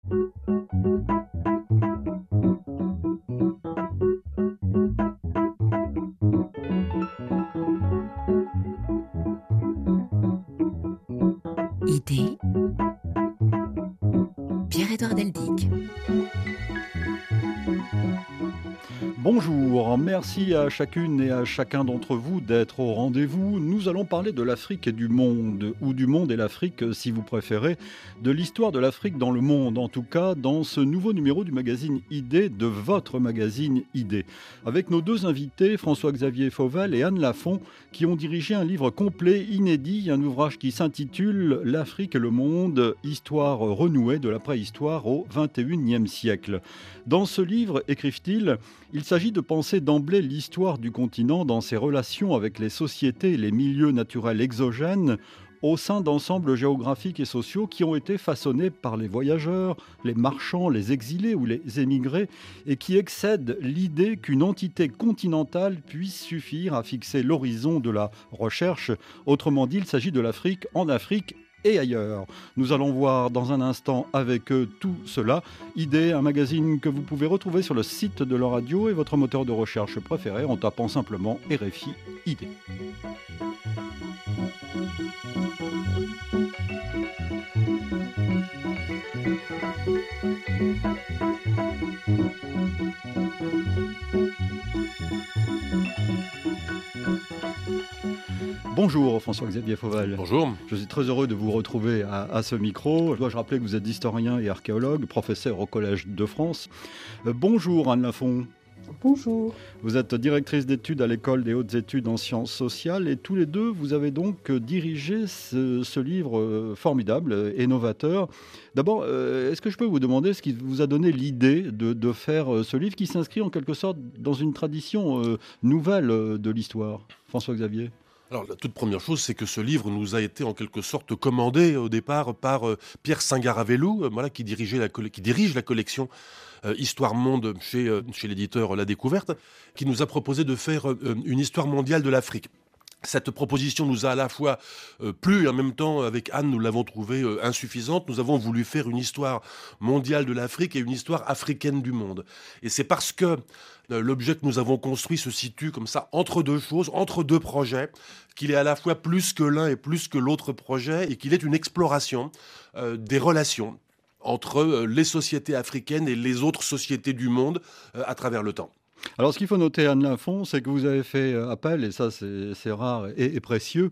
Idée, Pierre-Édouard Deldic. Bonjour, merci à chacune et à chacun d'entre vous d'être au rendez-vous. Nous allons parler de l'Afrique et du monde, ou du monde et l'Afrique si vous préférez, de l'histoire de l'Afrique dans le monde, en tout cas dans ce nouveau numéro du magazine Idée, de votre magazine Idée. Avec nos deux invités, François-Xavier Fauvel et Anne Lafont, qui ont dirigé un livre complet, inédit, un ouvrage qui s'intitule « L'Afrique et le monde, histoire renouée de la préhistoire au XXIe siècle ». Dans ce livre, écrivent-ils, il s'agit de penser d'emblée l'histoire du continent dans ses relations avec les sociétés et les milieux naturels exogènes au sein d'ensembles géographiques et sociaux qui ont été façonnés par les voyageurs, les marchands, les exilés ou les émigrés et qui excèdent l'idée qu'une entité continentale puisse suffire à fixer l'horizon de la recherche. Autrement dit, il s'agit de l'Afrique en Afrique et ailleurs. Nous allons voir dans un instant avec eux tout cela. Idée, un magazine que vous pouvez retrouver sur le site de la radio et votre moteur de recherche préféré en tapant simplement RFI Idée. Bonjour François-Xavier Fauvel. Bonjour. Je suis très heureux de vous retrouver à ce micro. Dois-je rappeler que vous êtes historien et archéologue, professeur au Collège de France. Bonjour Anne Lafont. Bonjour. Vous êtes directrice d'études à l'École des hautes études en sciences sociales et tous les deux, vous avez donc dirigé ce livre formidable et novateur. D'abord, est-ce que je peux vous demander ce qui vous a donné l'idée de faire ce livre qui s'inscrit en quelque sorte dans une tradition nouvelle de l'histoire ? François-Xavier ? Alors, la toute première chose, c'est que ce livre nous a été en quelque sorte commandé au départ par Pierre Singaravelou, qui dirige la collection Histoire Monde chez l'éditeur La Découverte, qui nous a proposé de faire une histoire mondiale de l'Afrique. Cette proposition nous a à la fois plu et en même temps, avec Anne, nous l'avons trouvée insuffisante. Nous avons voulu faire une histoire mondiale de l'Afrique et une histoire africaine du monde. Et c'est parce que l'objet que nous avons construit se situe comme ça entre deux choses, entre deux projets, qu'il est à la fois plus que l'un et plus que l'autre projet et qu'il est une exploration des relations entre les sociétés africaines et les autres sociétés du monde à travers le temps. Alors, ce qu'il faut noter, Anne Lafont, c'est que vous avez fait appel, et ça c'est rare et précieux,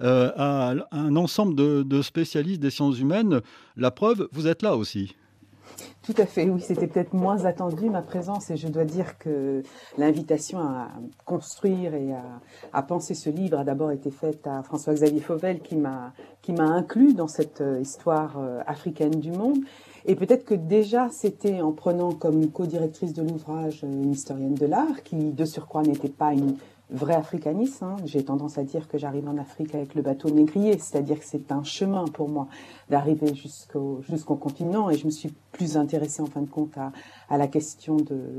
à un ensemble de spécialistes des sciences humaines. La preuve, vous êtes là aussi. Tout à fait, oui, c'était peut-être moins attendu ma présence et je dois dire que l'invitation à construire et à penser ce livre a d'abord été faite à François-Xavier Fauvel qui m'a inclus dans cette histoire africaine du monde. Et peut-être que déjà, c'était en prenant comme co-directrice de l'ouvrage une historienne de l'art, qui de surcroît n'était pas une vraie africaniste. J'ai tendance à dire que j'arrive en Afrique avec le bateau négrier, c'est-à-dire que c'est un chemin pour moi d'arriver jusqu'au continent. Et je me suis plus intéressée en fin de compte à la question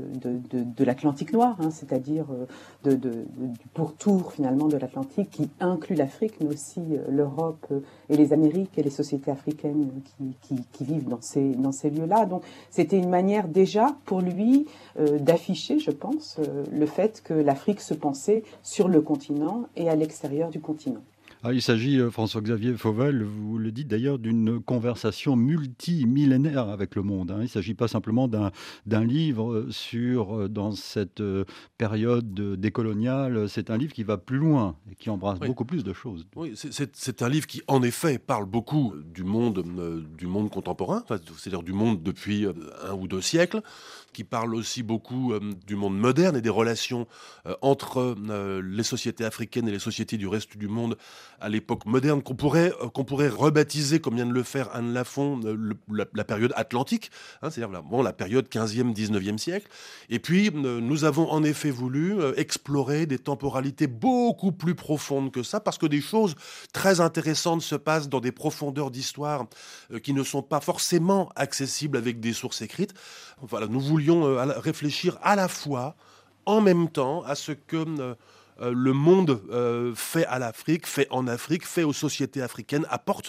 de l'Atlantique noir, c'est-à-dire du pourtour finalement de l'Atlantique qui inclut l'Afrique, mais aussi l'Europe et les Amériques et les sociétés africaines qui vivent dans ces lieux-là. Donc c'était une manière déjà pour lui d'afficher, je pense, le fait que l'Afrique se pensait sur le continent et à l'extérieur du continent. Ah, il s'agit, François-Xavier Fauvel, vous le dites d'ailleurs, d'une conversation multimillénaire avec le monde. Il ne s'agit pas simplement d'un livre dans cette période décoloniale. C'est un livre qui va plus loin et qui embrasse beaucoup plus de choses. Oui, c'est un livre qui, en effet, parle beaucoup du monde contemporain, c'est-à-dire du monde depuis 1 ou 2 siècles, qui parle aussi beaucoup du monde moderne et des relations entre les sociétés africaines et les sociétés du reste du monde à l'époque moderne, qu'on pourrait rebaptiser, comme vient de le faire Anne Lafont, la période atlantique, c'est-à-dire la période 15e, 19e siècle. Et puis, nous avons en effet voulu explorer des temporalités beaucoup plus profondes que ça, parce que des choses très intéressantes se passent dans des profondeurs d'histoire qui ne sont pas forcément accessibles avec des sources écrites. Voilà, nous voulions réfléchir à la fois, en même temps, à ce que le monde fait à l'Afrique, fait en Afrique, fait aux sociétés africaines, apporte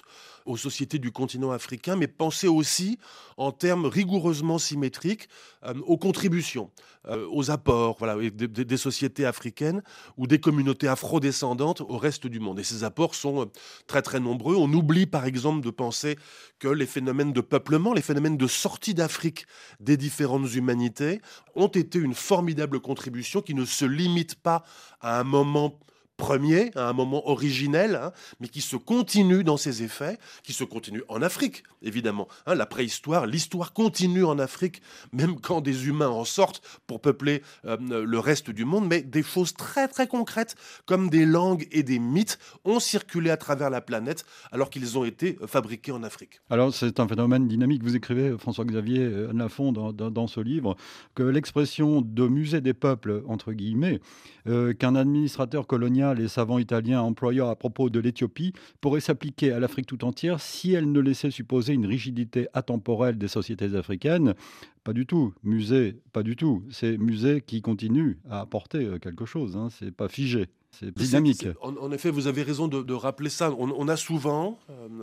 aux sociétés du continent africain, mais penser aussi en termes rigoureusement symétriques aux contributions, aux apports des sociétés africaines ou des communautés afrodescendantes au reste du monde. Et ces apports sont très très nombreux. On oublie par exemple de penser que les phénomènes de peuplement, les phénomènes de sortie d'Afrique des différentes humanités ont été une formidable contribution qui ne se limite pas à un moment premier, à un moment originel, mais qui se continue dans ses effets, qui se continue en Afrique, évidemment. La préhistoire, l'histoire continue en Afrique, même quand des humains en sortent pour peupler le reste du monde, mais des choses très très concrètes, comme des langues et des mythes, ont circulé à travers la planète, alors qu'ils ont été fabriqués en Afrique. Alors, c'est un phénomène dynamique. Vous écrivez, François-Xavier Lafond, dans ce livre, que l'expression de musée des peuples, entre guillemets, qu'un administrateur colonial et savant italien employant à propos de l'Éthiopie pourrait s'appliquer à l'Afrique tout entière si elle ne laissait supposer une rigidité atemporelle des sociétés africaines. Pas du tout. Musée, pas du tout. C'est musée qui continue à apporter quelque chose. C'est pas figé. C'est dynamique. En effet, vous avez raison de rappeler ça. On a souvent,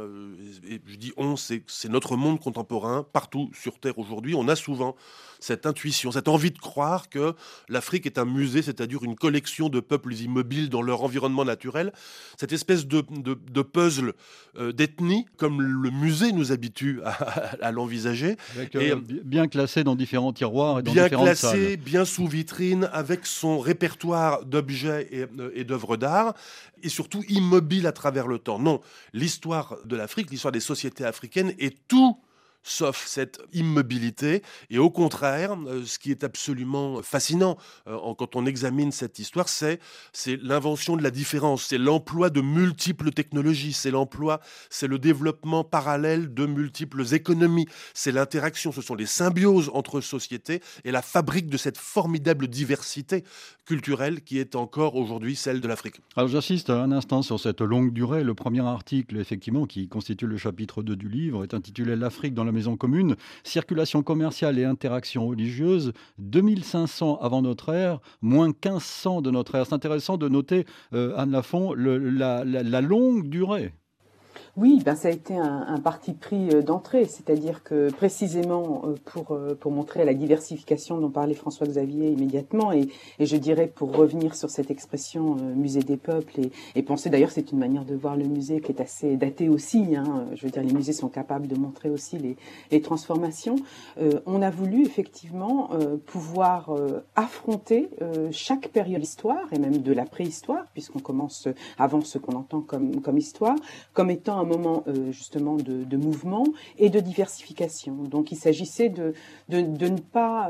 et je dis on, c'est notre monde contemporain, partout sur Terre aujourd'hui, on a souvent cette intuition, cette envie de croire que l'Afrique est un musée, c'est-à-dire une collection de peuples immobiles dans leur environnement naturel, cette espèce de puzzle d'ethnie, comme le musée nous habitue à l'envisager. Bien classé dans différents tiroirs et dans bien différentes classé, salles. bien sous vitrine, avec son répertoire d'objets et d'œuvres d'art, et surtout immobile à travers le temps. Non, l'histoire de l'Afrique, l'histoire des sociétés africaines est tout sauf cette immobilité. Et au contraire, ce qui est absolument fascinant quand on examine cette histoire, c'est l'invention de la différence, c'est l'emploi de multiples technologies, c'est le développement parallèle de multiples économies, c'est l'interaction, ce sont les symbioses entre sociétés et la fabrique de cette formidable diversité culturelle qui est encore aujourd'hui celle de l'Afrique. Alors j'insiste un instant sur cette longue durée. Le premier article, effectivement, qui constitue le chapitre 2 du livre, est intitulé « L'Afrique dans la maison commune, circulation commerciale et interaction religieuse, 2500 avant notre ère, moins 1500 de notre ère ». C'est intéressant de noter, Anne Lafond, la longue durée. Oui, ça a été un parti pris d'entrée, c'est-à-dire que précisément pour montrer la diversification dont parlait François-Xavier immédiatement, et je dirais pour revenir sur cette expression musée des peuples et penser, d'ailleurs c'est une manière de voir le musée qui est assez datée aussi, je veux dire les musées sont capables de montrer aussi les transformations. On a voulu effectivement pouvoir affronter chaque période d'histoire et même de la préhistoire, puisqu'on commence avant ce qu'on entend comme histoire, comme étant un moment justement de mouvement et de diversification. Donc il s'agissait de ne pas,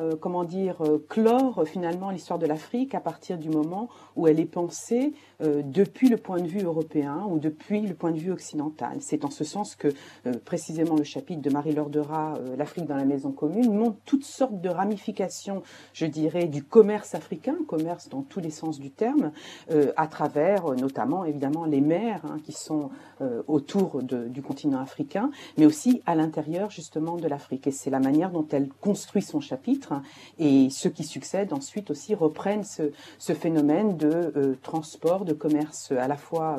clore finalement l'histoire de l'Afrique à partir du moment où elle est pensée depuis le point de vue européen ou depuis le point de vue occidental. C'est en ce sens que précisément le chapitre de Marie-Laure Derat, l'Afrique dans la maison commune, montre toutes sortes de ramifications, je dirais, du commerce africain, commerce dans tous les sens du terme, à travers notamment évidemment les mers qui sont autour du continent africain, mais aussi à l'intérieur justement de l'Afrique. Et c'est la manière dont elle construit son chapitre, et ceux qui succèdent ensuite aussi reprennent ce phénomène de transport, de commerce à la fois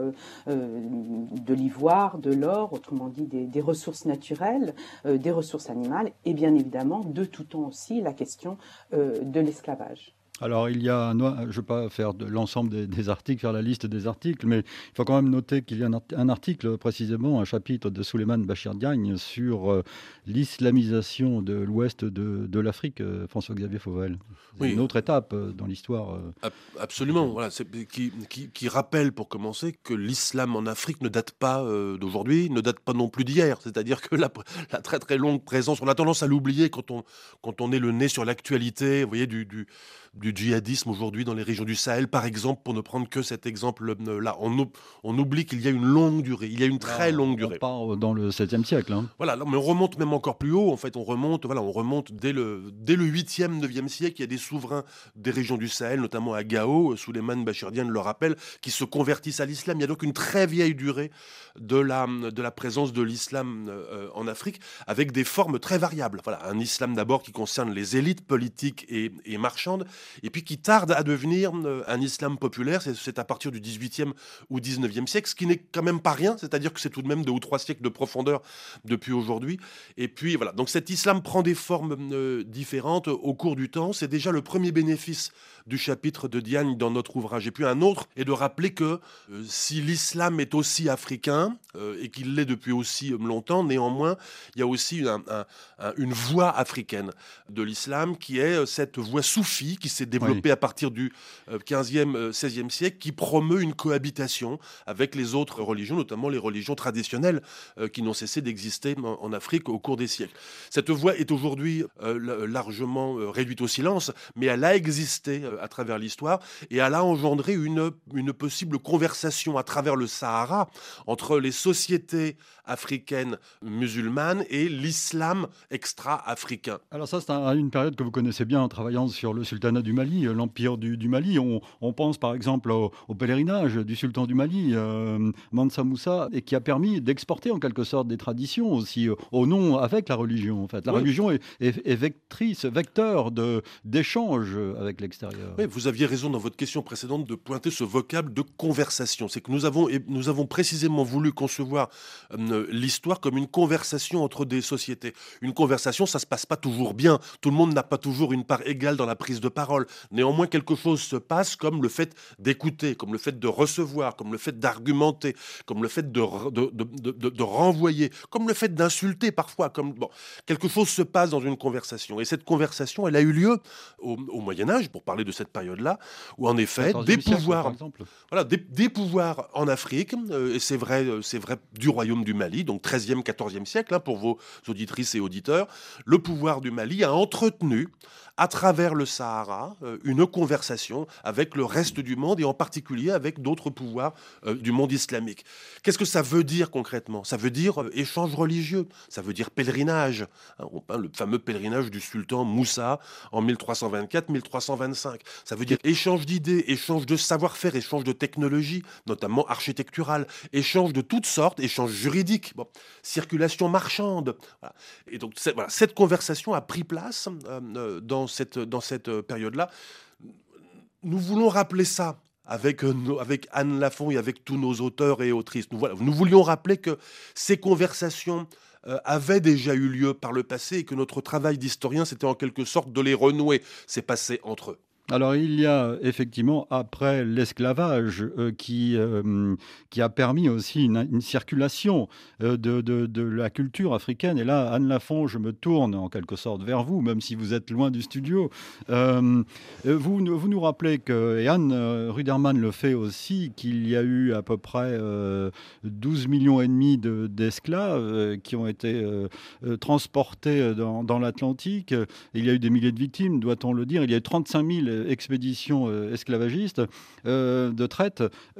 de l'ivoire, de l'or, autrement dit des ressources naturelles, des ressources animales, et bien évidemment de tout temps aussi la question de l'esclavage. Alors, je ne vais pas faire de l'ensemble des articles, faire la liste des articles, mais il faut quand même noter qu'il y a un article, précisément, un chapitre de Souleymane Bachir Diagne sur l'islamisation de l'ouest de l'Afrique, François-Xavier Fauvel. C'est une autre étape dans l'histoire. Absolument, voilà, qui rappelle, pour commencer, que l'islam en Afrique ne date pas d'aujourd'hui, ne date pas non plus d'hier. C'est-à-dire que la très très longue présence, on a tendance à l'oublier quand on est le nez sur l'actualité, vous voyez, du djihadisme aujourd'hui dans les régions du Sahel, par exemple, pour ne prendre que cet exemple-là. On oublie qu'il y a une longue durée, il y a une très longue durée. On part dans le 7e siècle. Voilà, mais on remonte même encore plus haut. En fait, on remonte dès le 8e, 9e siècle. Il y a des souverains des régions du Sahel, notamment à Gao, Souleymane Bachir Diagne le rappelle, qui se convertissent à l'islam. Il y a donc une très vieille durée de la présence de l'islam en Afrique, avec des formes très variables. Voilà, un islam d'abord qui concerne les élites politiques et marchandes, et puis qui tarde à devenir un islam populaire. C'est à partir du 18e ou 19e siècle, ce qui n'est quand même pas rien, c'est-à-dire que c'est tout de même 2 ou 3 siècles de profondeur depuis aujourd'hui. Et puis voilà, donc cet islam prend des formes différentes au cours du temps. C'est déjà le premier bénéfice du chapitre de Diagne dans notre ouvrage. Et puis un autre est de rappeler que si l'islam est aussi africain, et qu'il l'est depuis aussi longtemps, néanmoins, il y a aussi une voie africaine de l'islam qui est cette voie soufie qui s'est développée à partir du 15e, 16e siècle, qui promeut une cohabitation avec les autres religions, notamment les religions traditionnelles qui n'ont cessé d'exister en Afrique au cours des siècles. Cette voie est aujourd'hui largement réduite au silence, mais elle a existé à travers l'histoire et elle a engendré une possible conversation à travers le Sahara entre les sociétés africaines musulmanes et l'islam extra-africain. Alors ça, c'est une période que vous connaissez bien en travaillant sur le sultanat du Mali, l'empire du Mali. On pense par exemple au pèlerinage du sultan du Mali, Mansa Moussa, et qui a permis d'exporter en quelque sorte des traditions aussi, au nom avec la religion. En fait. La religion est vecteur d'échange avec l'extérieur. Oui, vous aviez raison dans votre question précédente de pointer ce vocable de conversation. C'est que nous avons précisément voulu concevoir l'histoire comme une conversation entre des sociétés. Une conversation, ça se passe pas toujours bien. Tout le monde n'a pas toujours une part égale dans la prise de parole. Néanmoins, quelque chose se passe comme le fait d'écouter, comme le fait de recevoir, comme le fait d'argumenter, comme le fait de renvoyer, comme le fait d'insulter parfois. Quelque chose se passe dans une conversation. Et cette conversation, elle a eu lieu au Moyen-Âge, pour parler de cette période-là, où en effet, des pouvoirs en Afrique, et c'est vrai du royaume du Mali, donc 13e, 14e siècle, pour vos auditrices et auditeurs, le pouvoir du Mali a entretenu, à travers le Sahara, une conversation avec le reste du monde, et en particulier avec d'autres pouvoirs du monde islamique. Qu'est-ce que ça veut dire concrètement ? Ça veut dire échange religieux, ça veut dire pèlerinage. Le fameux pèlerinage du sultan Moussa en 1324-1325. Ça veut dire échange d'idées, échange de savoir-faire, échange de technologies, notamment architecturales, échange de toutes sortes, échange juridique, circulation marchande. Voilà. Et donc cette conversation a pris place dans cette période-là. Nous voulons rappeler ça avec Anne Lafont et avec tous nos auteurs et autrices. Nous voulions rappeler que ces conversations avaient déjà eu lieu par le passé et que notre travail d'historien, c'était en quelque sorte de les renouer, ces passés entre eux. Alors il y a effectivement, après l'esclavage, qui a permis aussi une circulation de la culture africaine. Et là, Anne Lafont, je me tourne en quelque sorte vers vous, même si vous êtes loin du studio. Vous nous rappelez que, et Anne Ruderman le fait aussi, qu'il y a eu à peu près 12 millions et demi d'esclaves qui ont été transportés dans l'Atlantique. Il y a eu des milliers de victimes, doit-on le dire. Il y a eu 35 000 expéditions esclavagistes de traite.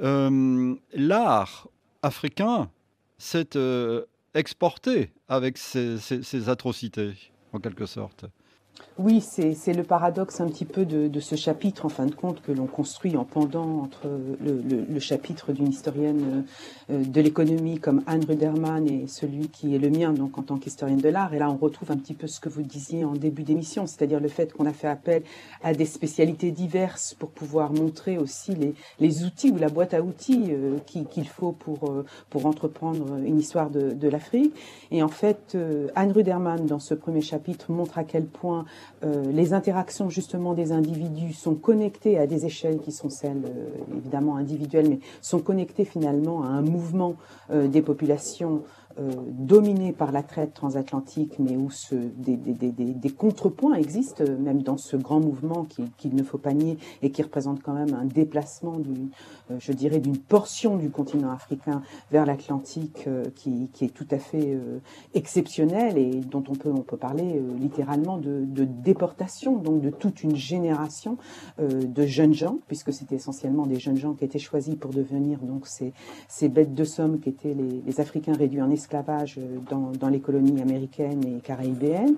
L'art africain s'est exporté avec ces atrocités, en quelque sorte. Oui, c'est le paradoxe un petit peu de ce chapitre, en fin de compte, que l'on construit en pendant entre le chapitre d'une historienne de l'économie comme Anne Ruderman et celui qui est le mien, donc en tant qu'historienne de l'art. Et là, on retrouve un petit peu ce que vous disiez en début d'émission, c'est-à-dire le fait qu'on a fait appel à des spécialités diverses pour pouvoir montrer aussi les outils ou la boîte à outils qu'il faut pour entreprendre une histoire de l'Afrique. Et en fait, Anne Ruderman, dans ce premier chapitre, montre à quel point les interactions justement des individus sont connectées à des échelles qui sont celles évidemment individuelles, mais sont connectées finalement à un mouvement des populations dominées par la traite transatlantique, mais où des contrepoints existent, même dans ce grand mouvement qu'il ne faut pas nier et qui représente quand même un déplacement d'une portion du continent africain vers l'Atlantique qui est tout à fait exceptionnel et dont on peut parler littéralement de déportation, donc de toute une génération de jeunes gens, puisque c'était essentiellement des jeunes gens qui étaient choisis pour devenir donc ces bêtes de somme qui étaient les Africains réduits en esclavage dans les colonies américaines et caribéennes.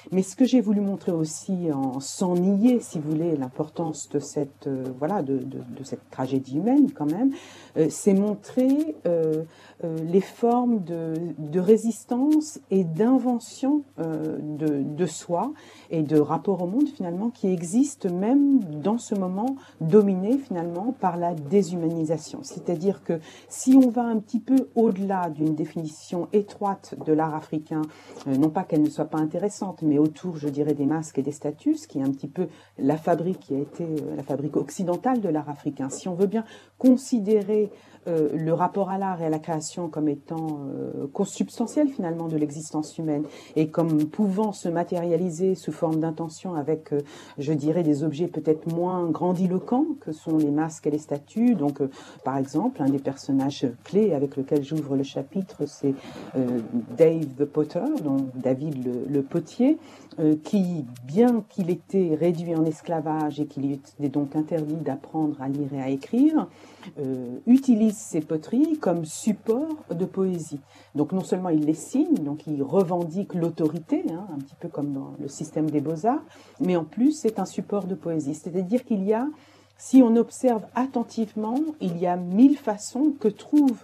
Mais ce que j'ai voulu montrer aussi, sans nier, si vous voulez, l'importance de cette, de cette tragédie humaine quand même, c'est montrer les formes de résistance et d'invention de soi et de rapport au monde finalement qui existent même dans ce moment dominé finalement par la déshumanisation. C'est-à-dire que si on va un petit peu au-delà d'une définition étroite de l'art africain, non pas qu'elle ne soit pas intéressante, mais autour, je dirais, des masques et des statues, ce qui est un petit peu la fabrique qui a été la fabrique occidentale de l'art africain. Si on veut bien considérer le rapport à l'art et à la création comme étant consubstantiel finalement de l'existence humaine et comme pouvant se matérialiser sous forme d'intention avec, je dirais, des objets peut-être moins grandiloquents que sont les masques et les statues. Donc, par exemple, un des personnages clés avec lequel j'ouvre le chapitre, c'est Dave the Potter, donc David le potier, qui, bien qu'il était réduit en esclavage et qu'il lui était donc interdit d'apprendre à lire et à écrire, utilise ces poteries comme support de poésie. Donc non seulement il les signe, donc il revendique l'autorité, un petit peu comme dans le système des beaux-arts, mais en plus c'est un support de poésie. C'est-à-dire qu'il y a, si on observe attentivement, il y a 1000 façons que trouvent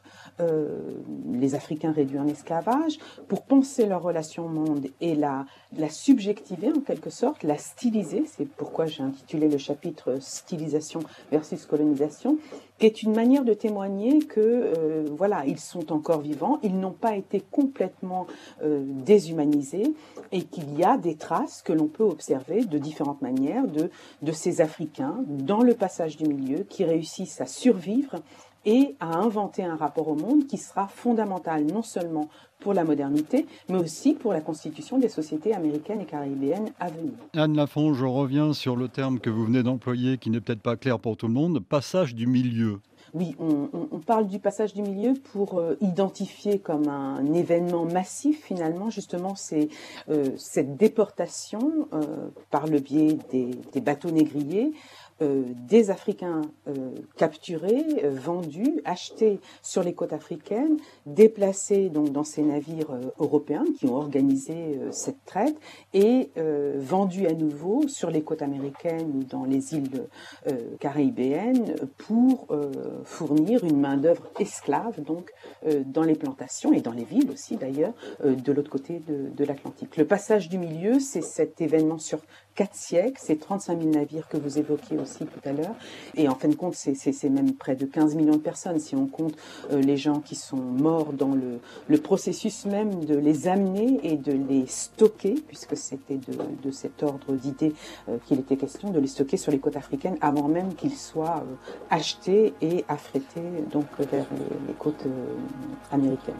les Africains réduits en esclavage pour penser leur relation au monde et la subjectiver en quelque sorte, la styliser. C'est pourquoi j'ai intitulé le chapitre Stylisation versus colonisation, qui est une manière de témoigner que voilà, ils sont encore vivants, ils n'ont pas été complètement déshumanisés et qu'il y a des traces que l'on peut observer de différentes manières de ces Africains dans le passage du milieu qui réussissent à survivre et à inventer un rapport au monde qui sera fondamental non seulement pour la modernité, mais aussi pour la constitution des sociétés américaines et caribéennes à venir. Anne Lafont, je reviens sur le terme que vous venez d'employer, qui n'est peut-être pas clair pour tout le monde, passage du milieu. Oui, on parle du passage du milieu pour identifier comme un événement massif, finalement, justement, c'est cette déportation par le biais des bateaux négriers, des Africains capturés, vendus, achetés sur les côtes africaines, déplacés donc dans ces navires européens qui ont organisé cette traite et vendus à nouveau sur les côtes américaines ou dans les îles caribéennes pour fournir une main-d'œuvre esclave donc dans les plantations et dans les villes aussi d'ailleurs de l'autre côté de l'Atlantique. Le passage du milieu, c'est cet événement sur 4 siècles, c'est 35 000 navires que vous évoquiez aussi tout à l'heure, et en fin de compte, c'est même près de 15 millions de personnes, si on compte les gens qui sont morts dans le processus même de les amener et de les stocker, puisque c'était de cet ordre d'idée qu'il était question, de les stocker sur les côtes africaines avant même qu'ils soient achetés et affrétés donc vers les côtes américaines.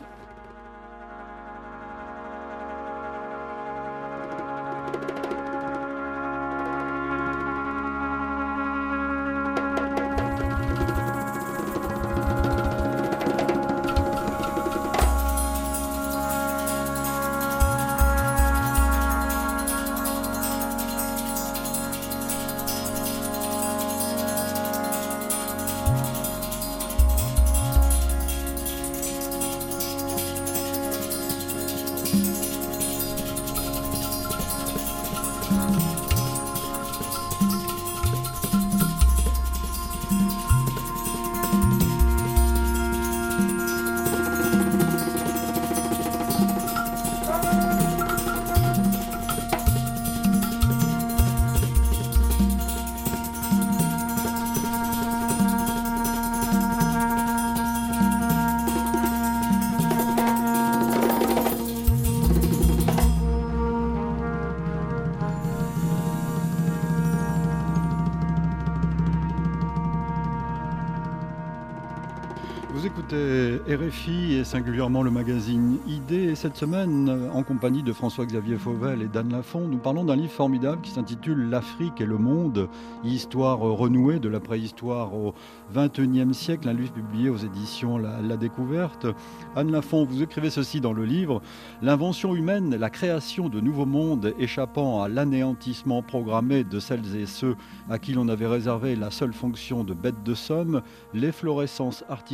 Vous écoutez RFI et singulièrement le magazine ID. Et cette semaine, en compagnie de François-Xavier Fauvel et d'Anne Lafont, nous parlons d'un livre formidable qui s'intitule « L'Afrique et le monde, histoire renouée de la préhistoire au XXIe siècle », un livre publié aux éditions La Découverte. Anne Lafont, vous écrivez ceci dans le livre : « L'invention humaine, la création de nouveaux mondes échappant à l'anéantissement programmé de celles et ceux à qui l'on avait réservé la seule fonction de bête de somme, l'efflorescence artistique africaine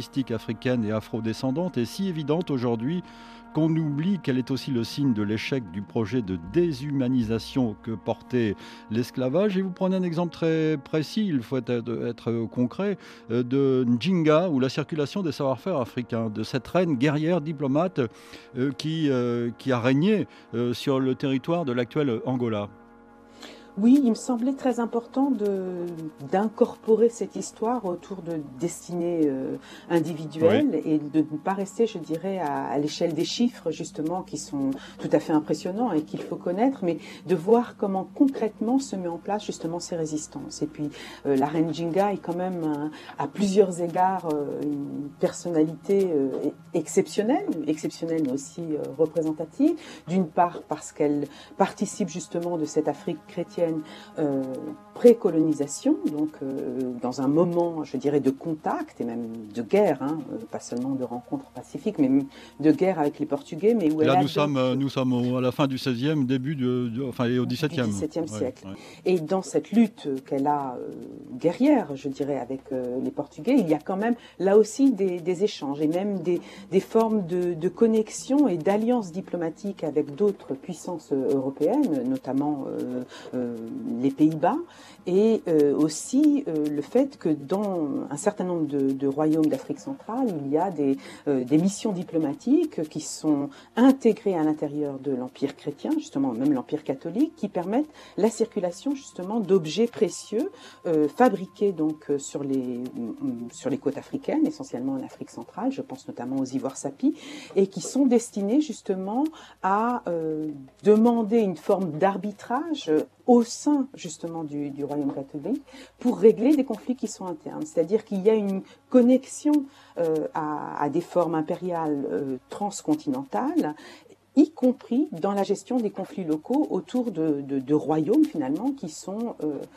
africaine et afrodescendante est si évidente aujourd'hui qu'on oublie qu'elle est aussi le signe de l'échec du projet de déshumanisation que portait l'esclavage. Et vous prenez un exemple très précis, il faut être concret, de Njinga, ou la circulation des savoir-faire africains, de cette reine guerrière diplomate qui a régné sur le territoire de l'actuel Angola. Oui, il me semblait très important d'incorporer cette histoire autour de destinées individuelles et de ne pas rester, je dirais, à l'échelle des chiffres, justement, qui sont tout à fait impressionnants et qu'il faut connaître, mais de voir comment concrètement se met en place, justement, ces résistances. Et puis, la reine Njinga est quand même, à plusieurs égards, une personnalité exceptionnelle mais aussi représentative. D'une part, parce qu'elle participe justement de cette Afrique chrétienne pré-colonisation, donc dans un moment, je dirais, de contact et même de guerre, pas seulement de rencontres pacifiques, mais de guerre avec les Portugais. Mais où là, nous sommes à la fin du XVIe, début et au XVIIe. Du XVIIe siècle. Ouais. Et dans cette lutte qu'elle a guerrière, je dirais, avec les Portugais, il y a quand même là aussi des échanges et même des formes de connexion et d'alliances diplomatiques avec d'autres puissances européennes, notamment les Pays-Bas, et aussi le fait que dans un certain nombre de royaumes d'Afrique centrale, il y a des missions diplomatiques qui sont intégrées à l'intérieur de l'Empire chrétien, justement même l'Empire catholique, qui permettent la circulation justement d'objets précieux fabriqués donc sur les côtes africaines, essentiellement en Afrique centrale, je pense notamment aux ivoires sapis, et qui sont destinés justement à demander une forme d'arbitrage au sein justement du royaume catholique pour régler des conflits qui sont internes. C'est-à-dire qu'il y a une connexion à des formes impériales transcontinentales, y compris dans la gestion des conflits locaux autour de royaumes finalement qui sont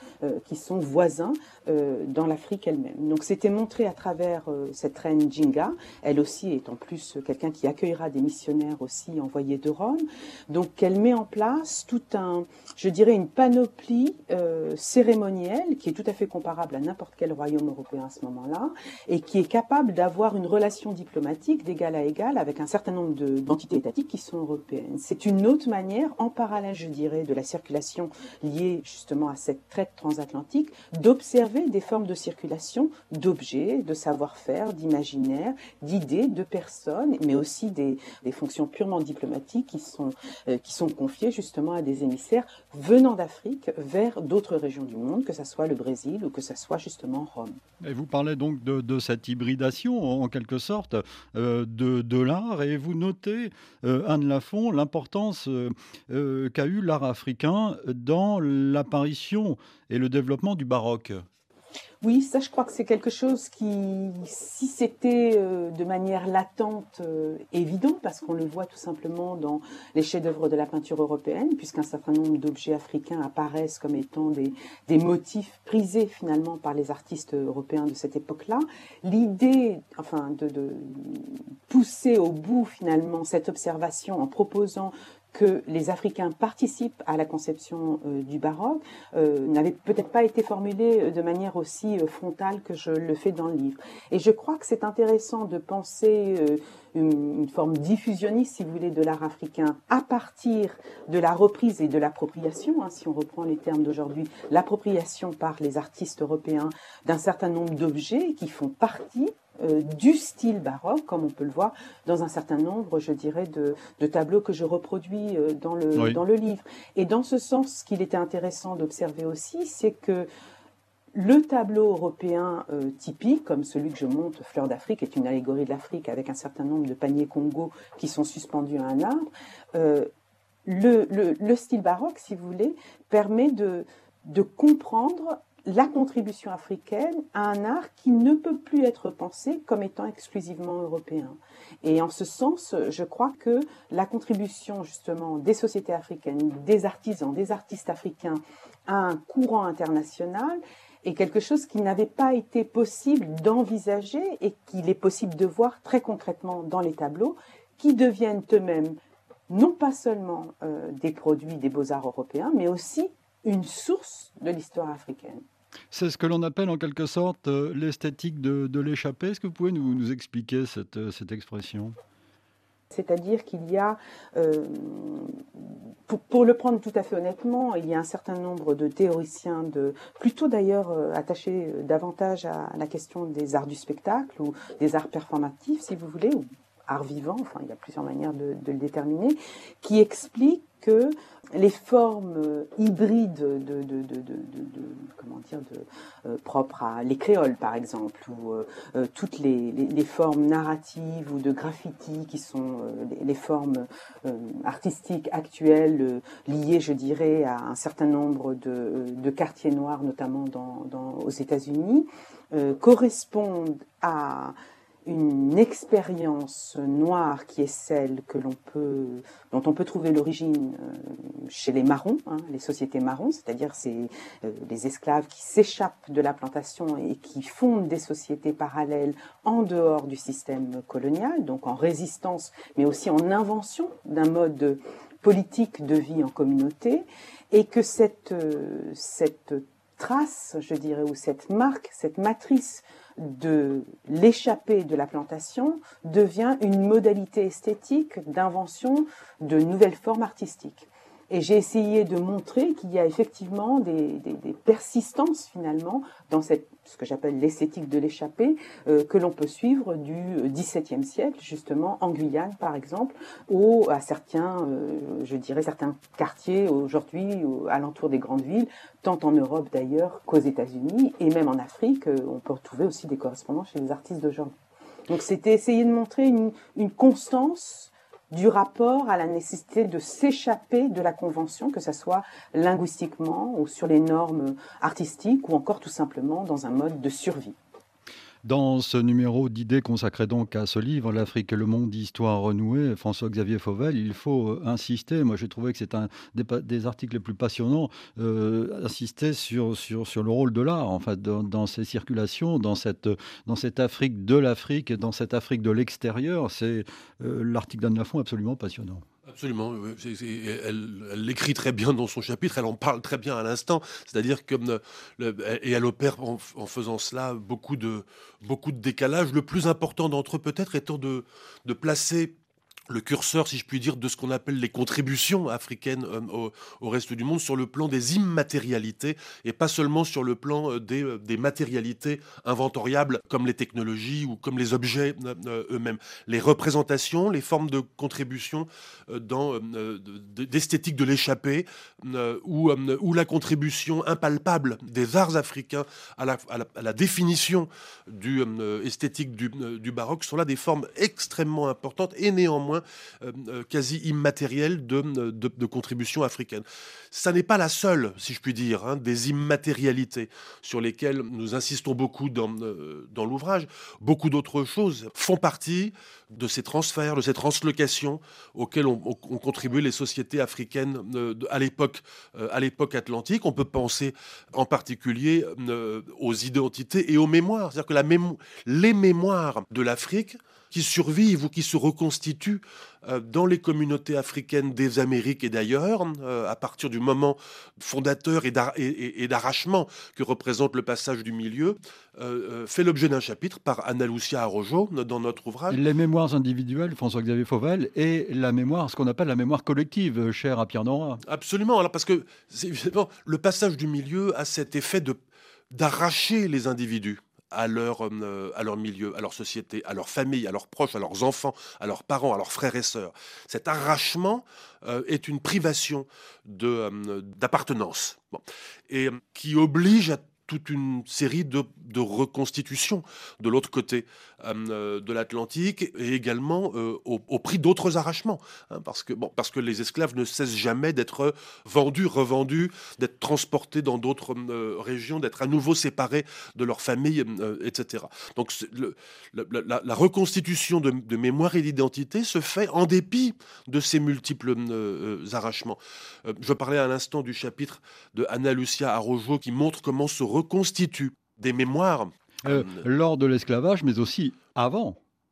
voisins dans l'Afrique elle-même. Donc c'était montré à travers cette reine Njinga, elle aussi est en plus quelqu'un qui accueillera des missionnaires aussi envoyés de Rome, donc elle met en place je dirais une panoplie cérémonielle qui est tout à fait comparable à n'importe quel royaume européen à ce moment-là et qui est capable d'avoir une relation diplomatique d'égal à égal avec un certain nombre d'entités étatiques qui sont européennes. C'est une autre manière, en parallèle, je dirais, de la circulation liée justement à cette traite transatlantique, d'observer des formes de circulation d'objets, de savoir-faire, d'imaginaire, d'idées, de personnes, mais aussi des fonctions purement diplomatiques qui sont confiées justement à des émissaires venant d'Afrique vers d'autres régions du monde, que ce soit le Brésil ou que ce soit justement Rome. Et vous parlez donc de cette hybridation, en quelque sorte, de l'art, et vous notez, Anne Lafont, l'importance qu'a eu l'art africain dans l'apparition et le développement du baroque. Oui, ça je crois que c'est quelque chose qui, si c'était de manière latente, évident, parce qu'on le voit tout simplement dans les chefs-d'œuvre de la peinture européenne, puisqu'un certain nombre d'objets africains apparaissent comme étant des motifs prisés finalement par les artistes européens de cette époque-là. L'idée, de pousser au bout finalement cette observation en proposant que les Africains participent à la conception du baroque n'avait peut-être pas été formulée de manière aussi frontale que je le fais dans le livre. Et je crois que c'est intéressant de penser une forme diffusionniste, si vous voulez, de l'art africain à partir de la reprise et de l'appropriation, si on reprend les termes d'aujourd'hui, l'appropriation par les artistes européens d'un certain nombre d'objets qui font partie du style baroque, comme on peut le voir dans un certain nombre, je dirais, de tableaux que je reproduis dans le livre. Et dans ce sens, ce qu'il était intéressant d'observer aussi, c'est que le tableau européen typique, comme celui que je montre, Fleur d'Afrique, est une allégorie de l'Afrique avec un certain nombre de paniers Congo qui sont suspendus à un arbre. Le style baroque, si vous voulez, permet de comprendre la contribution africaine à un art qui ne peut plus être pensé comme étant exclusivement européen. Et en ce sens, je crois que la contribution justement des sociétés africaines, des artisans, des artistes africains à un courant international est quelque chose qui n'avait pas été possible d'envisager et qu'il est possible de voir très concrètement dans les tableaux qui deviennent eux-mêmes non pas seulement des produits des beaux-arts européens, mais aussi une source de l'histoire africaine. C'est ce que l'on appelle en quelque sorte l'esthétique de l'échappée. Est-ce que vous pouvez nous expliquer cette expression? C'est-à-dire qu'il y a, pour le prendre tout à fait honnêtement, il y a un certain nombre de théoriciens, plutôt d'ailleurs attachés davantage à la question des arts du spectacle ou des arts performatifs, si vous voulez, ou art vivant, enfin il y a plusieurs manières de le déterminer, qui expliquent que les formes hybrides comment dire, propres à les créoles par exemple, ou toutes les formes narratives ou de graffiti qui sont les formes artistiques actuelles liées, je dirais, à un certain nombre de quartiers noirs, notamment aux États-Unis, correspondent à une expérience noire qui est celle dont on peut trouver l'origine chez les marrons, les sociétés marrons, c'est-à-dire les esclaves qui s'échappent de la plantation et qui fondent des sociétés parallèles en dehors du système colonial, donc en résistance, mais aussi en invention d'un mode politique de vie en communauté, et que cette trace, je dirais, ou cette marque, cette matrice de l'échappée de la plantation devient une modalité esthétique d'invention de nouvelles formes artistiques. Et j'ai essayé de montrer qu'il y a effectivement des persistances finalement dans ce que j'appelle l'esthétique de l'échappée, que l'on peut suivre du XVIIe siècle, justement en Guyane par exemple, ou à certains quartiers aujourd'hui alentour des grandes villes, tant en Europe d'ailleurs qu'aux États-Unis, et même en Afrique, on peut retrouver aussi des correspondances chez les artistes d'aujourd'hui. Donc c'était essayer de montrer une constance du rapport à la nécessité de s'échapper de la convention, que ce soit linguistiquement ou sur les normes artistiques ou encore tout simplement dans un mode de survie. Dans ce numéro d'idées consacré donc à ce livre, L'Afrique et le monde, histoire renouée, François-Xavier Fauvel, il faut insister, moi j'ai trouvé que c'est un des articles les plus passionnants, insister sur le rôle de l'art, en fait, dans ces circulations, dans cette Afrique de l'Afrique, dans cette Afrique de l'extérieur. C'est l'article d'Anne Lafont absolument passionnant. Absolument, oui. Elle l'écrit très bien dans son chapitre, elle en parle très bien à l'instant, c'est-à-dire que et elle opère en faisant cela beaucoup de décalage. Le plus important d'entre eux peut-être étant de placer le curseur, si je puis dire, de ce qu'on appelle les contributions africaines au reste du monde sur le plan des immatérialités et pas seulement sur le plan des matérialités inventoriables comme les technologies ou comme les objets eux-mêmes. Les représentations, les formes de contribution d'esthétique de l'échappée ou la contribution impalpable des arts africains à la définition esthétique du baroque sont là des formes extrêmement importantes et néanmoins quasi immatérielle de contribution africaine. Ça n'est pas la seule, si je puis dire, des immatérialités sur lesquelles nous insistons beaucoup dans l'ouvrage. Beaucoup d'autres choses font partie de ces transferts, de ces translocations auxquelles ont contribué les sociétés africaines à l'époque atlantique. On peut penser en particulier aux identités et aux mémoires. C'est-à-dire que les mémoires de l'Afrique qui survivent ou qui se reconstituent dans les communautés africaines des Amériques et d'ailleurs, à partir du moment fondateur et d'arrachement que représente le passage du milieu, fait l'objet d'un chapitre par Ana Lucia Araujo dans notre ouvrage. Les mémoires individuelles, François-Xavier Fauvel, et la mémoire, ce qu'on appelle la mémoire collective, chère à Pierre Nora. Absolument, alors parce que évidemment, le passage du milieu a cet effet d'arracher les individus à leur milieu, à leur société, à leur famille, à leurs proches, à leurs enfants, à leurs parents, à leurs frères et sœurs. Cet arrachement est une privation d'appartenance et qui oblige à toute une série de reconstitutions de l'autre côté de l'Atlantique et également au prix d'autres arrachements. Parce que les esclaves ne cessent jamais d'être vendus, revendus, d'être transportés dans d'autres régions, d'être à nouveau séparés de leur famille, etc. Donc la reconstitution de mémoire et d'identité se fait en dépit de ces multiples arrachements. Je parlais à l'instant du chapitre de Ana Lucia Araujo qui montre comment se reconstituent des mémoires Lors de l'esclavage, mais aussi avant.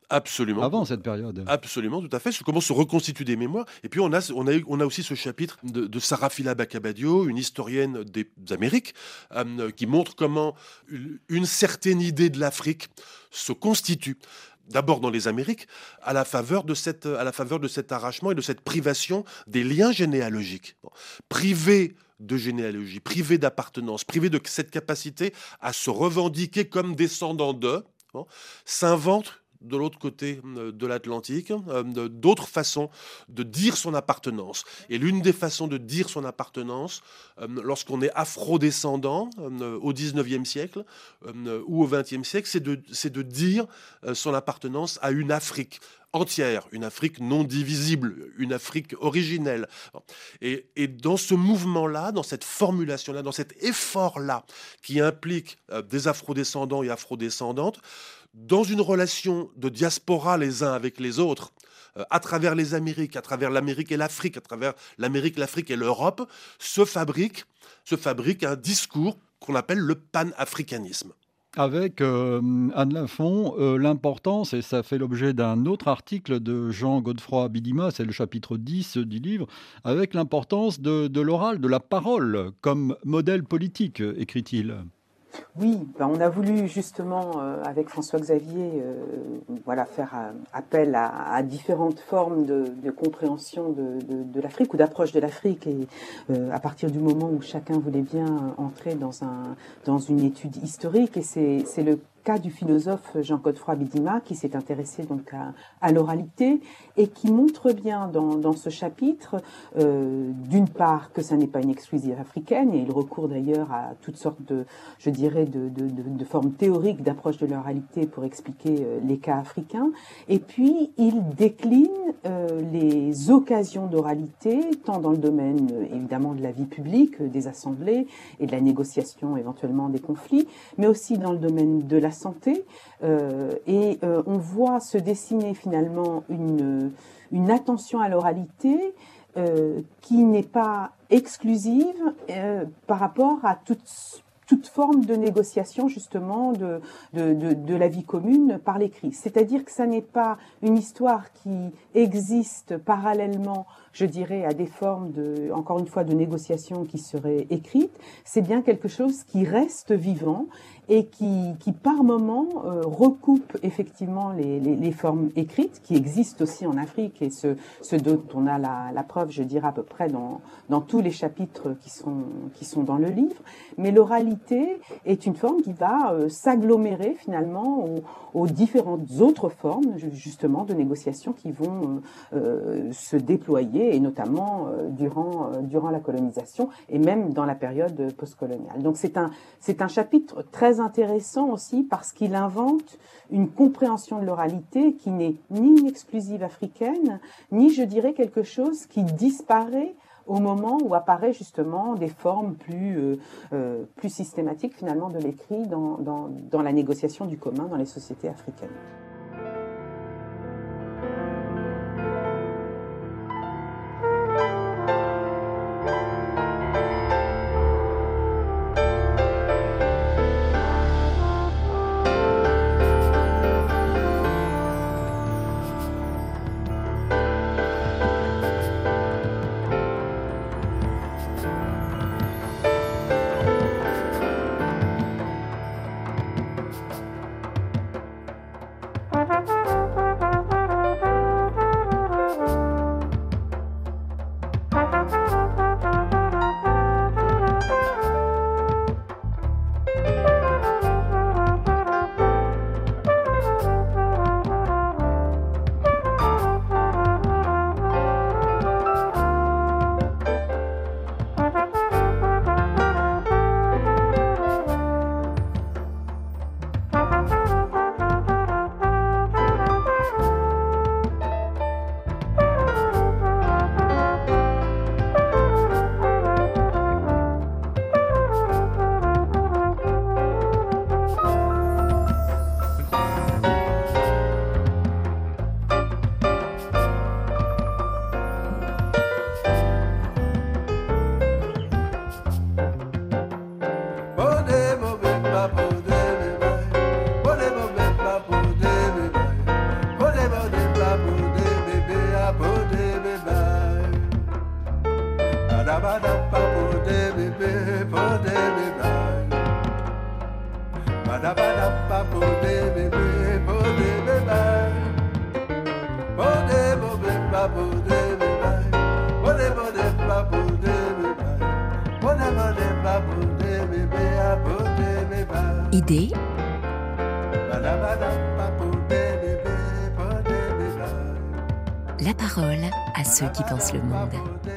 Absolument. avant cette période. Absolument, tout à fait. Comment se reconstituent des mémoires. Et puis on a aussi ce chapitre de Sarafila Bakabadio, une historienne des Amériques, qui montre comment une certaine idée de l'Afrique se constitue. D'abord dans les Amériques, à la faveur de cet arrachement et de cette privation des liens généalogiques. Privé de généalogie, privé d'appartenance, privé de cette capacité à se revendiquer comme descendant d'eux, s'invente de l'autre côté de l'Atlantique, d'autres façons de dire son appartenance. Et l'une des façons de dire son appartenance, lorsqu'on est afro-descendant au XIXe siècle ou au XXe siècle, c'est de dire son appartenance à une Afrique entière, une Afrique non divisible, une Afrique originelle. Et dans ce mouvement-là, dans cette formulation-là, dans cet effort-là, qui implique des afrodescendants et afrodescendantes, dans une relation de diaspora les uns avec les autres, à travers les Amériques, à travers l'Amérique et l'Afrique, à travers l'Amérique, l'Afrique et l'Europe, se fabrique un discours qu'on appelle le panafricanisme. Avec Anne Lafont, l'importance, et ça fait l'objet d'un autre article de Jean-Godefroy Bidima, c'est le chapitre 10 du livre, avec l'importance de l'oral, de la parole comme modèle politique, écrit-il. Oui, on a voulu justement, avec François-Xavier, faire appel à différentes formes de compréhension de l'Afrique ou d'approche de l'Afrique, et à partir du moment où chacun voulait bien entrer dans une étude historique, et c'est le cas du philosophe Jean-Godefroy Bidima qui s'est intéressé donc à l'oralité et qui montre bien dans ce chapitre d'une part que ça n'est pas une exclusive africaine, et il recourt d'ailleurs à toutes sortes de formes théoriques d'approche de l'oralité pour expliquer les cas africains, et puis il décline les occasions d'oralité tant dans le domaine évidemment de la vie publique, des assemblées et de la négociation éventuellement des conflits, mais aussi dans le domaine de la santé, on voit se dessiner finalement une attention à l'oralité qui n'est pas exclusive par rapport à toute forme de négociation justement de la vie commune par l'écrit. C'est-à-dire que ça n'est pas une histoire qui existe parallèlement, je dirais, à des formes encore une fois, de négociation qui seraient écrites. C'est bien quelque chose qui reste vivant et qui par moments recoupe effectivement les formes écrites qui existent aussi en Afrique, et ce dont on a la preuve, je dirais, à peu près dans tous les chapitres qui sont dans le livre. Mais l'oralité est une forme qui va s'agglomérer finalement aux différentes autres formes justement de négociation qui vont se déployer, et notamment durant la colonisation et même dans la période postcoloniale. Donc c'est un chapitre très intéressant aussi parce qu'il invente une compréhension de l'oralité qui n'est ni une exclusive africaine, ni, je dirais, quelque chose qui disparaît au moment où apparaît justement des formes plus systématiques finalement de l'écrit dans la négociation du commun dans les sociétés africaines. Idée, la parole à ceux qui pensent le monde.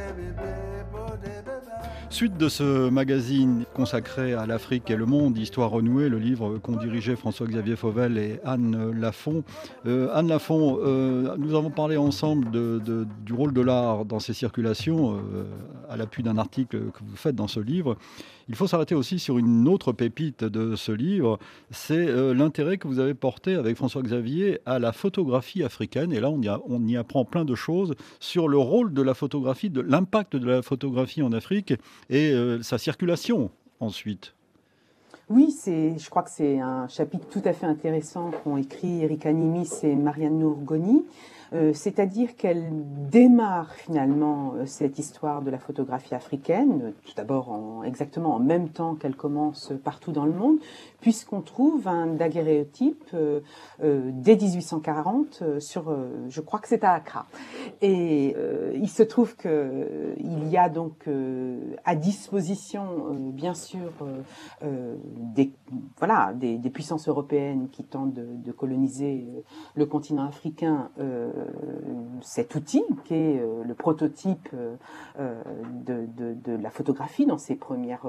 Suite de ce magazine consacré à l'Afrique et le monde, Histoire renouée, le livre qu'ont dirigé François-Xavier Fauvel et Anne Lafont. Anne Lafont, nous avons parlé ensemble du rôle de l'art dans ces circulations, à l'appui d'un article que vous faites dans ce livre. Il faut s'arrêter aussi sur une autre pépite de ce livre, c'est l'intérêt que vous avez porté avec François-Xavier à la photographie africaine. Et là, on y apprend plein de choses sur le rôle de la photographie, de l'impact de la photographie en Afrique et sa circulation ensuite. Oui, je crois que c'est un chapitre tout à fait intéressant qu'ont écrit Erika Nimis et Marianne Nourgoni. C'est-à-dire qu'elle démarre finalement cette histoire de la photographie africaine, tout d'abord exactement en même temps qu'elle commence partout dans le monde, puisqu'on trouve un daguerréotype dès 1840 je crois que c'est à Accra. Et il se trouve qu'il y a donc à disposition, bien sûr, des puissances européennes qui tentent de coloniser le continent africain, cet outil qui est le prototype de la photographie dans ses premières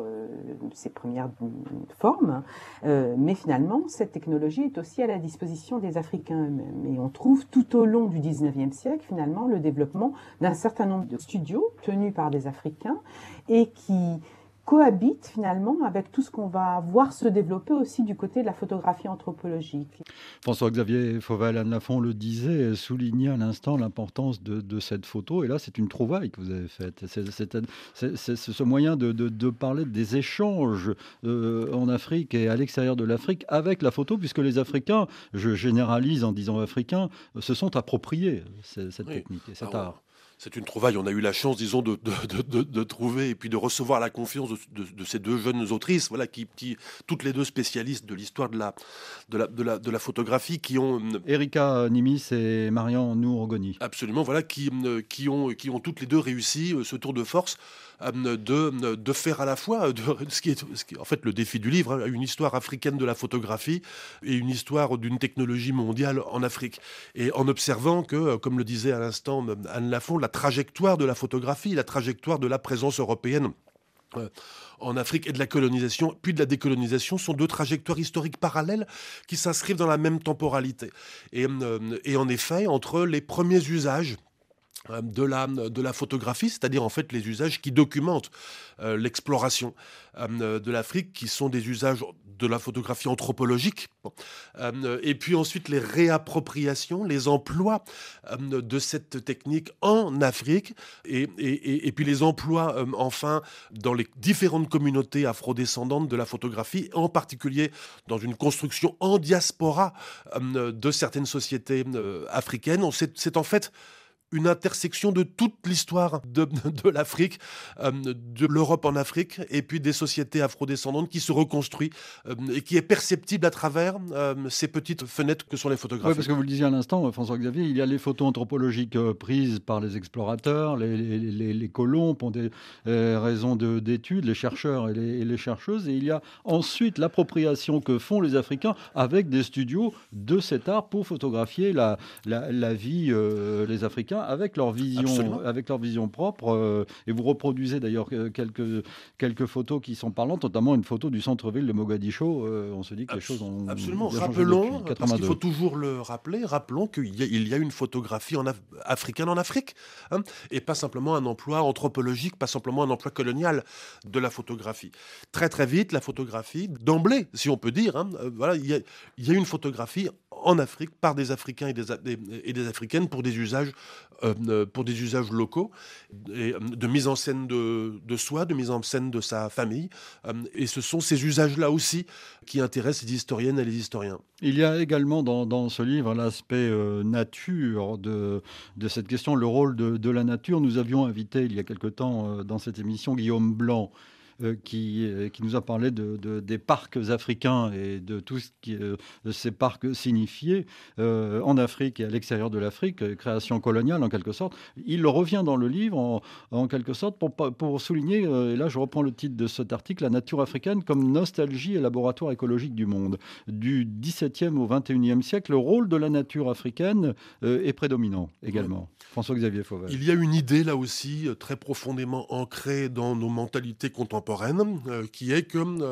formes. Mais finalement, cette technologie est aussi à la disposition des Africains eux-mêmes. Et on trouve tout au long du 19e siècle, finalement, le développement d'un certain nombre de studios tenus par des Africains et qui cohabite finalement avec tout ce qu'on va voir se développer aussi du côté de la photographie anthropologique. François-Xavier Fauvel, Anne Lafont le disait, soulignait à l'instant l'importance de cette photo. Et là, c'est une trouvaille que vous avez faite. C'est ce moyen de parler des échanges en Afrique et à l'extérieur de l'Afrique avec la photo, puisque les Africains, je généralise en disant africains, se sont appropriés cette technique et cet art. C'est une trouvaille. On a eu la chance, disons, de trouver et puis de recevoir la confiance de ces deux jeunes autrices, voilà, qui toutes les deux spécialistes de l'histoire de la photographie, qui ont Erika Nimis et Marianne Nourgoni. Absolument, voilà, qui ont toutes les deux réussi ce tour de force de faire à la fois ce qui est en fait le défi du livre, hein, une histoire africaine de la photographie et une histoire d'une technologie mondiale en Afrique. Et en observant que, comme le disait à l'instant Anne Lafont, la trajectoire de la photographie, la trajectoire de la présence européenne en Afrique et de la colonisation, puis de la décolonisation, sont deux trajectoires historiques parallèles qui s'inscrivent dans la même temporalité. Et en effet, entre les premiers usages de la photographie, c'est-à-dire en fait les usages qui documentent l'exploration de l'Afrique, qui sont des usages de la photographie anthropologique, et puis ensuite les réappropriations, les emplois de cette technique en Afrique, et puis les emplois enfin dans les différentes communautés afrodescendantes de la photographie, en particulier dans une construction en diaspora de certaines sociétés africaines. C'est en fait une intersection de toute l'histoire de l'Afrique, de l'Europe en Afrique, et puis des sociétés afrodescendantes qui se reconstruisent et qui est perceptible à travers ces petites fenêtres que sont les photographies. Oui, parce que vous le disiez à l'instant, François-Xavier, il y a les photos anthropologiques prises par les explorateurs, les colons pour des raisons d'études, les chercheurs et les chercheuses, et il y a ensuite l'appropriation que font les Africains avec des studios de cet art pour photographier la vie des Africains avec leur vision propre. Et vous reproduisez d'ailleurs quelques photos qui sont parlantes, notamment une photo du centre-ville de Mogadiscio. On se dit que les choses ont absolument. Bien Rappelons, changé parce qu'il faut toujours le rappeler, rappelons qu'il y a une photographie africaine en Afrique, hein, et pas simplement un emploi anthropologique, pas simplement un emploi colonial de la photographie. Très très vite, la photographie, d'emblée, si on peut dire, hein, voilà, il y a une photographie en Afrique par des Africains et des Africaines pour des usages locaux, et de mise en scène de soi, de mise en scène de sa famille. Et ce sont ces usages-là aussi qui intéressent les historiennes et les historiens. Il y a également dans ce livre l'aspect nature de cette question, le rôle de la nature. Nous avions invité il y a quelque temps dans cette émission Guillaume Blanc, qui nous a parlé des parcs africains et de tout ce que ces parcs signifiaient en Afrique et à l'extérieur de l'Afrique, création coloniale en quelque sorte. Il revient dans le livre en quelque sorte pour souligner, et là je reprends le titre de cet article, la nature africaine comme nostalgie et laboratoire écologique du monde. Du XVIIe au XXIe siècle, le rôle de la nature africaine est prédominant également. Ouais. François-Xavier Fauvel. Il y a une idée là aussi très profondément ancrée dans nos mentalités contemporaines qui est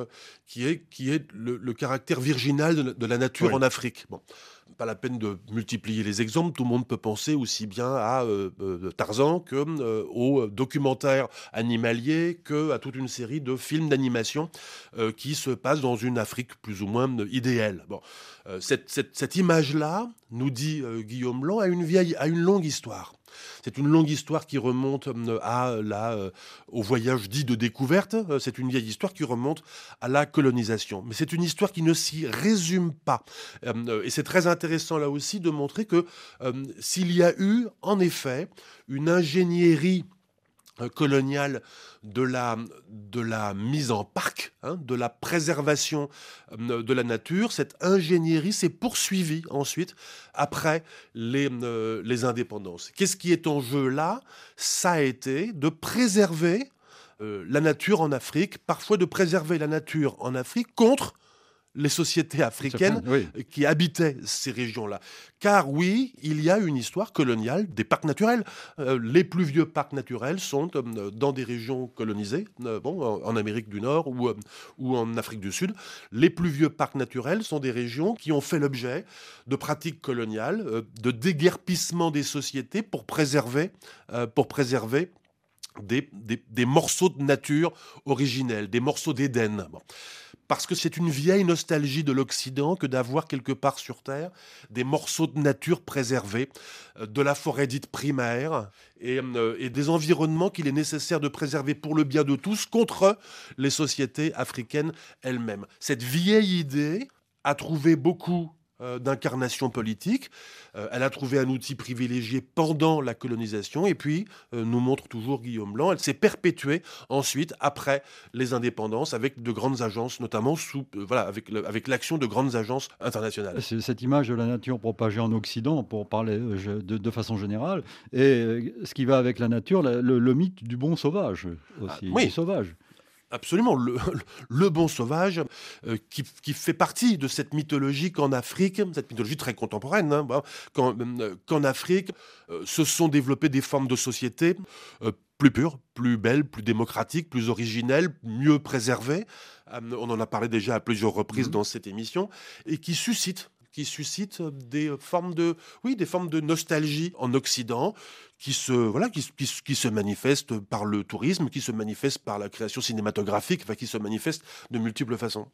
le caractère virginal de la nature oui. En Afrique. Bon. Pas la peine de multiplier les exemples, tout le monde peut penser aussi bien à Tarzan qu'aux documentaires animaliers, qu'à toute une série de films d'animation qui se passent dans une Afrique plus ou moins idéale. Bon. Cette image-là, nous dit Guillaume Blanc, a une longue histoire. C'est une longue histoire qui remonte au voyage dit de découverte. C'est une vieille histoire qui remonte à la colonisation. Mais c'est une histoire qui ne s'y résume pas. Et c'est très intéressant là aussi de montrer que s'il y a eu, en effet, une ingénierie coloniale de la mise en parc, de la préservation de la nature, cette ingénierie s'est poursuivie ensuite après les indépendances. Qu'est-ce qui est en jeu là ? Ça a été de préserver la nature en Afrique, parfois de préserver la nature en Afrique contre les sociétés africaines qui habitaient ces régions-là. Car oui, il y a une histoire coloniale des parcs naturels. Les plus vieux parcs naturels sont dans des régions colonisées, en Amérique du Nord ou en Afrique du Sud. Les plus vieux parcs naturels sont des régions qui ont fait l'objet de pratiques coloniales, de déguerpissement des sociétés pour préserver des morceaux de nature originels, des morceaux d'Éden. Bon. Parce que c'est une vieille nostalgie de l'Occident que d'avoir quelque part sur Terre des morceaux de nature préservés, de la forêt dite primaire et des environnements qu'il est nécessaire de préserver pour le bien de tous contre les sociétés africaines elles-mêmes. Cette vieille idée a trouvé beaucoup d'incarnation politique. Elle a trouvé un outil privilégié pendant la colonisation et puis, nous montre toujours Guillaume Blanc, elle s'est perpétuée ensuite, après les indépendances, avec de grandes agences, notamment avec l'action de grandes agences internationales. C'est cette image de la nature propagée en Occident, pour parler de façon générale, et ce qui va avec la nature, le mythe du bon sauvage aussi, du sauvage. Absolument, le bon sauvage qui fait partie de cette mythologie qu'en Afrique, cette mythologie très contemporaine, qu'en Afrique se sont développées des formes de société plus pures, plus belles, plus démocratiques, plus originelles, mieux préservées. On en a parlé déjà à plusieurs reprises dans cette émission, et qui suscitent des formes de nostalgie en Occident qui se manifestent par le tourisme, qui se manifestent par la création cinématographique, qui se manifestent de multiples façons.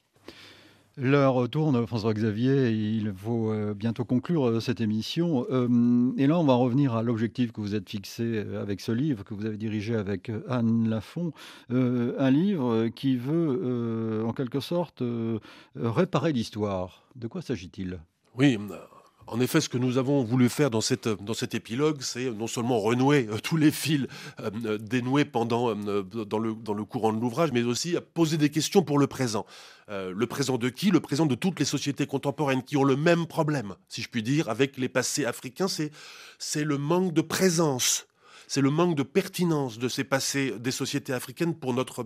L'heure tourne, François-Xavier, il faut bientôt conclure cette émission. Et là, on va revenir à l'objectif que vous êtes fixé avec ce livre que vous avez dirigé avec Anne Lafont. Un livre qui veut, en quelque sorte, réparer l'histoire. De quoi s'agit-il ? Oui, en effet, ce que nous avons voulu faire dans cet épilogue, c'est non seulement renouer tous les fils dénoués dans le courant de l'ouvrage, mais aussi poser des questions pour le présent. Le présent de qui ? Le présent de toutes les sociétés contemporaines qui ont le même problème, si je puis dire, avec les passés africains. C'est le manque de présence. C'est le manque de pertinence de ces passés des sociétés africaines pour notre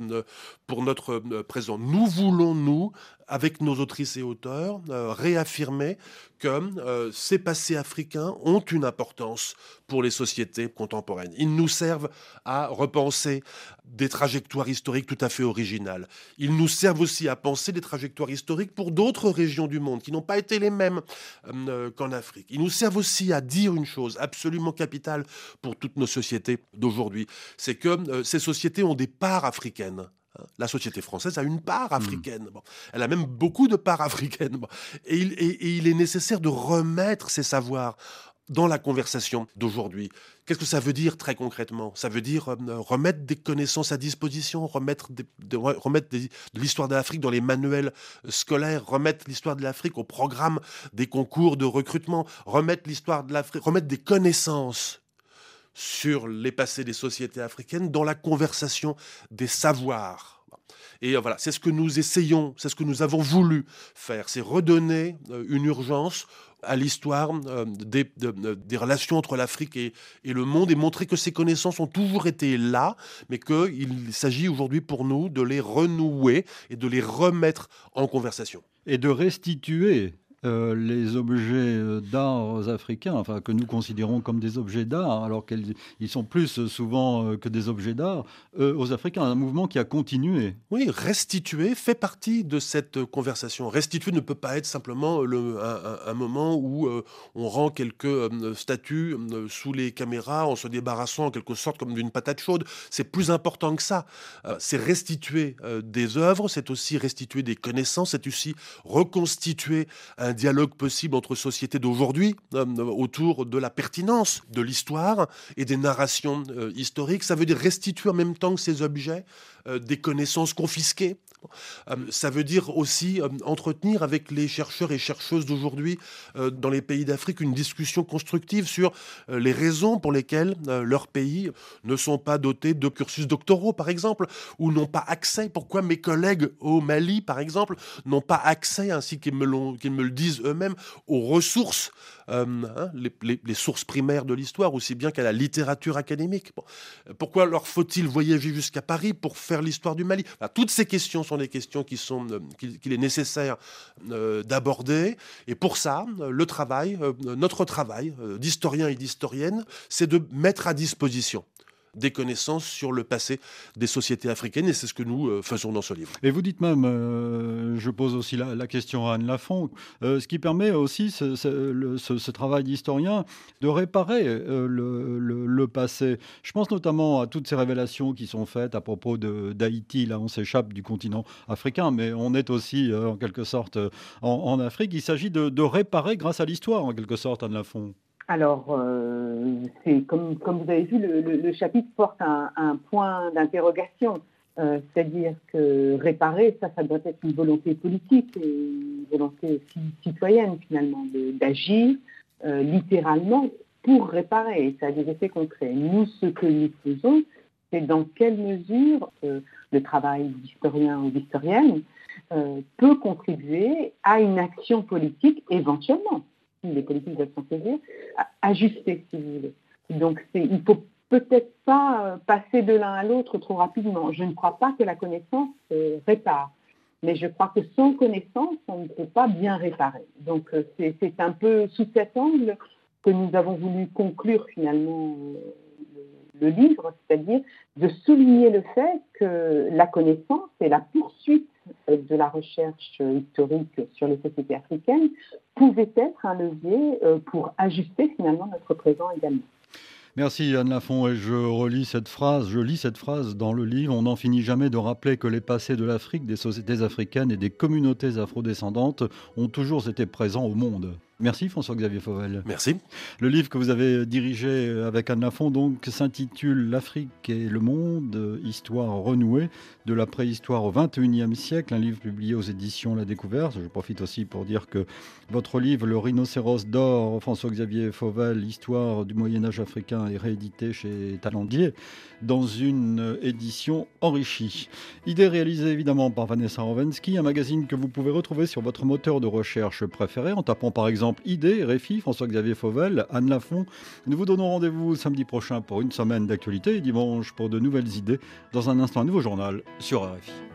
présent. Nous voulons, avec nos autrices et auteurs, réaffirmer que ces passés africains ont une importance pour les sociétés contemporaines. Ils nous servent à repenser des trajectoires historiques tout à fait originales. Ils nous servent aussi à penser des trajectoires historiques pour d'autres régions du monde qui n'ont pas été les mêmes qu'en Afrique. Ils nous servent aussi à dire une chose absolument capitale pour toutes nos sociétés d'aujourd'hui, c'est que ces sociétés ont des parts africaines. La société française a une part africaine. Bon. Elle a même beaucoup de parts africaines. Bon. Et il est nécessaire de remettre ces savoirs dans la conversation d'aujourd'hui. Qu'est-ce que ça veut dire très concrètement ? Ça veut dire remettre des connaissances à disposition, remettre de l'histoire de l'Afrique dans les manuels scolaires, remettre l'histoire de l'Afrique au programme des concours de recrutement, remettre l'histoire de l'Afrique, remettre des connaissances sur les passés des sociétés africaines dans la conversation des savoirs. Et voilà, c'est ce que nous essayons, c'est ce que nous avons voulu faire, c'est redonner une urgence à l'histoire des relations entre l'Afrique et le monde, et montrer que ces connaissances ont toujours été là, mais qu'il s'agit aujourd'hui pour nous de les renouer et de les remettre en conversation. Et de restituer les objets d'art africains, enfin que nous considérons comme des objets d'art, alors qu'ils sont plus souvent que des objets d'art, aux Africains. Un mouvement qui a continué. Oui, restituer fait partie de cette conversation. Restituer ne peut pas être simplement un moment où on rend quelques statues sous les caméras en se débarrassant en quelque sorte comme d'une patate chaude. C'est plus important que ça. C'est restituer des œuvres, c'est aussi restituer des connaissances, c'est aussi reconstituer un dialogue possible entre sociétés d'aujourd'hui autour de la pertinence de l'histoire et des narrations historiques. Ça veut dire restituer en même temps que ces objets des connaissances confisquées. Ça veut dire aussi entretenir avec les chercheurs et chercheuses d'aujourd'hui dans les pays d'Afrique une discussion constructive sur les raisons pour lesquelles leurs pays ne sont pas dotés de cursus doctoraux, par exemple, ou n'ont pas accès. Pourquoi mes collègues au Mali, par exemple, n'ont pas accès, ainsi qu'ils me le disent eux-mêmes, aux ressources, les sources primaires de l'histoire, aussi bien qu'à la littérature académique. Bon. Pourquoi leur faut-il voyager jusqu'à Paris pour faire l'histoire du Mali? Toutes ces questions sont des questions qu'il est nécessaire d'aborder. Et pour ça, notre travail d'historien et d'historienne, c'est de mettre à disposition des connaissances sur le passé des sociétés africaines, et c'est ce que nous faisons dans ce livre. Et vous dites même, je pose aussi la question à Anne Lafont, ce qui permet aussi ce travail d'historien de réparer le passé. Je pense notamment à toutes ces révélations qui sont faites à propos d'Haïti. Là, on s'échappe du continent africain, mais on est aussi en quelque sorte en Afrique. Il s'agit de réparer grâce à l'histoire, en quelque sorte, Anne Lafont. Alors, c'est comme vous avez vu, le chapitre porte un point d'interrogation. C'est-à-dire que réparer, ça doit être une volonté politique et une volonté aussi citoyenne, finalement, d'agir littéralement pour réparer. Ça a des effets concrets. Nous, ce que nous faisons, c'est dans quelle mesure le travail d'historien ou d'historienne peut contribuer à une action politique éventuellement. Les politiques doivent s'en saisir, ajuster, si vous voulez. Donc, il ne faut peut-être pas passer de l'un à l'autre trop rapidement. Je ne crois pas que la connaissance répare, mais je crois que sans connaissance, on ne peut pas bien réparer. Donc, c'est un peu sous cet angle que nous avons voulu conclure finalement le livre, c'est-à-dire de souligner le fait que la connaissance et la poursuite de la recherche historique sur les sociétés africaines pouvait être un levier pour ajuster finalement notre présent également. Merci Anne Lafont, et je lis cette phrase dans le livre. On n'en finit jamais de rappeler que les passés de l'Afrique, des sociétés africaines et des communautés afrodescendantes ont toujours été présents au monde. Merci François-Xavier Fauvel. Merci. Le livre que vous avez dirigé avec Anne Lafont donc s'intitule L'Afrique et le monde, histoire renouée de la préhistoire au XXIe siècle, un livre publié aux éditions La Découverte. Je profite aussi pour dire que votre livre Le rhinocéros d'or, François-Xavier Fauvel, histoire du Moyen-Âge africain, est réédité chez Talendier dans une édition enrichie. Idée réalisée évidemment par Vanessa Rovensky, un magazine que vous pouvez retrouver sur votre moteur de recherche préféré en tapant par exemple Idée, RFI, François-Xavier Fauvel, Anne Lafont. Nous vous donnons rendez-vous samedi prochain pour une semaine d'actualité et dimanche pour de nouvelles idées. Dans un instant, un nouveau journal sur RFI.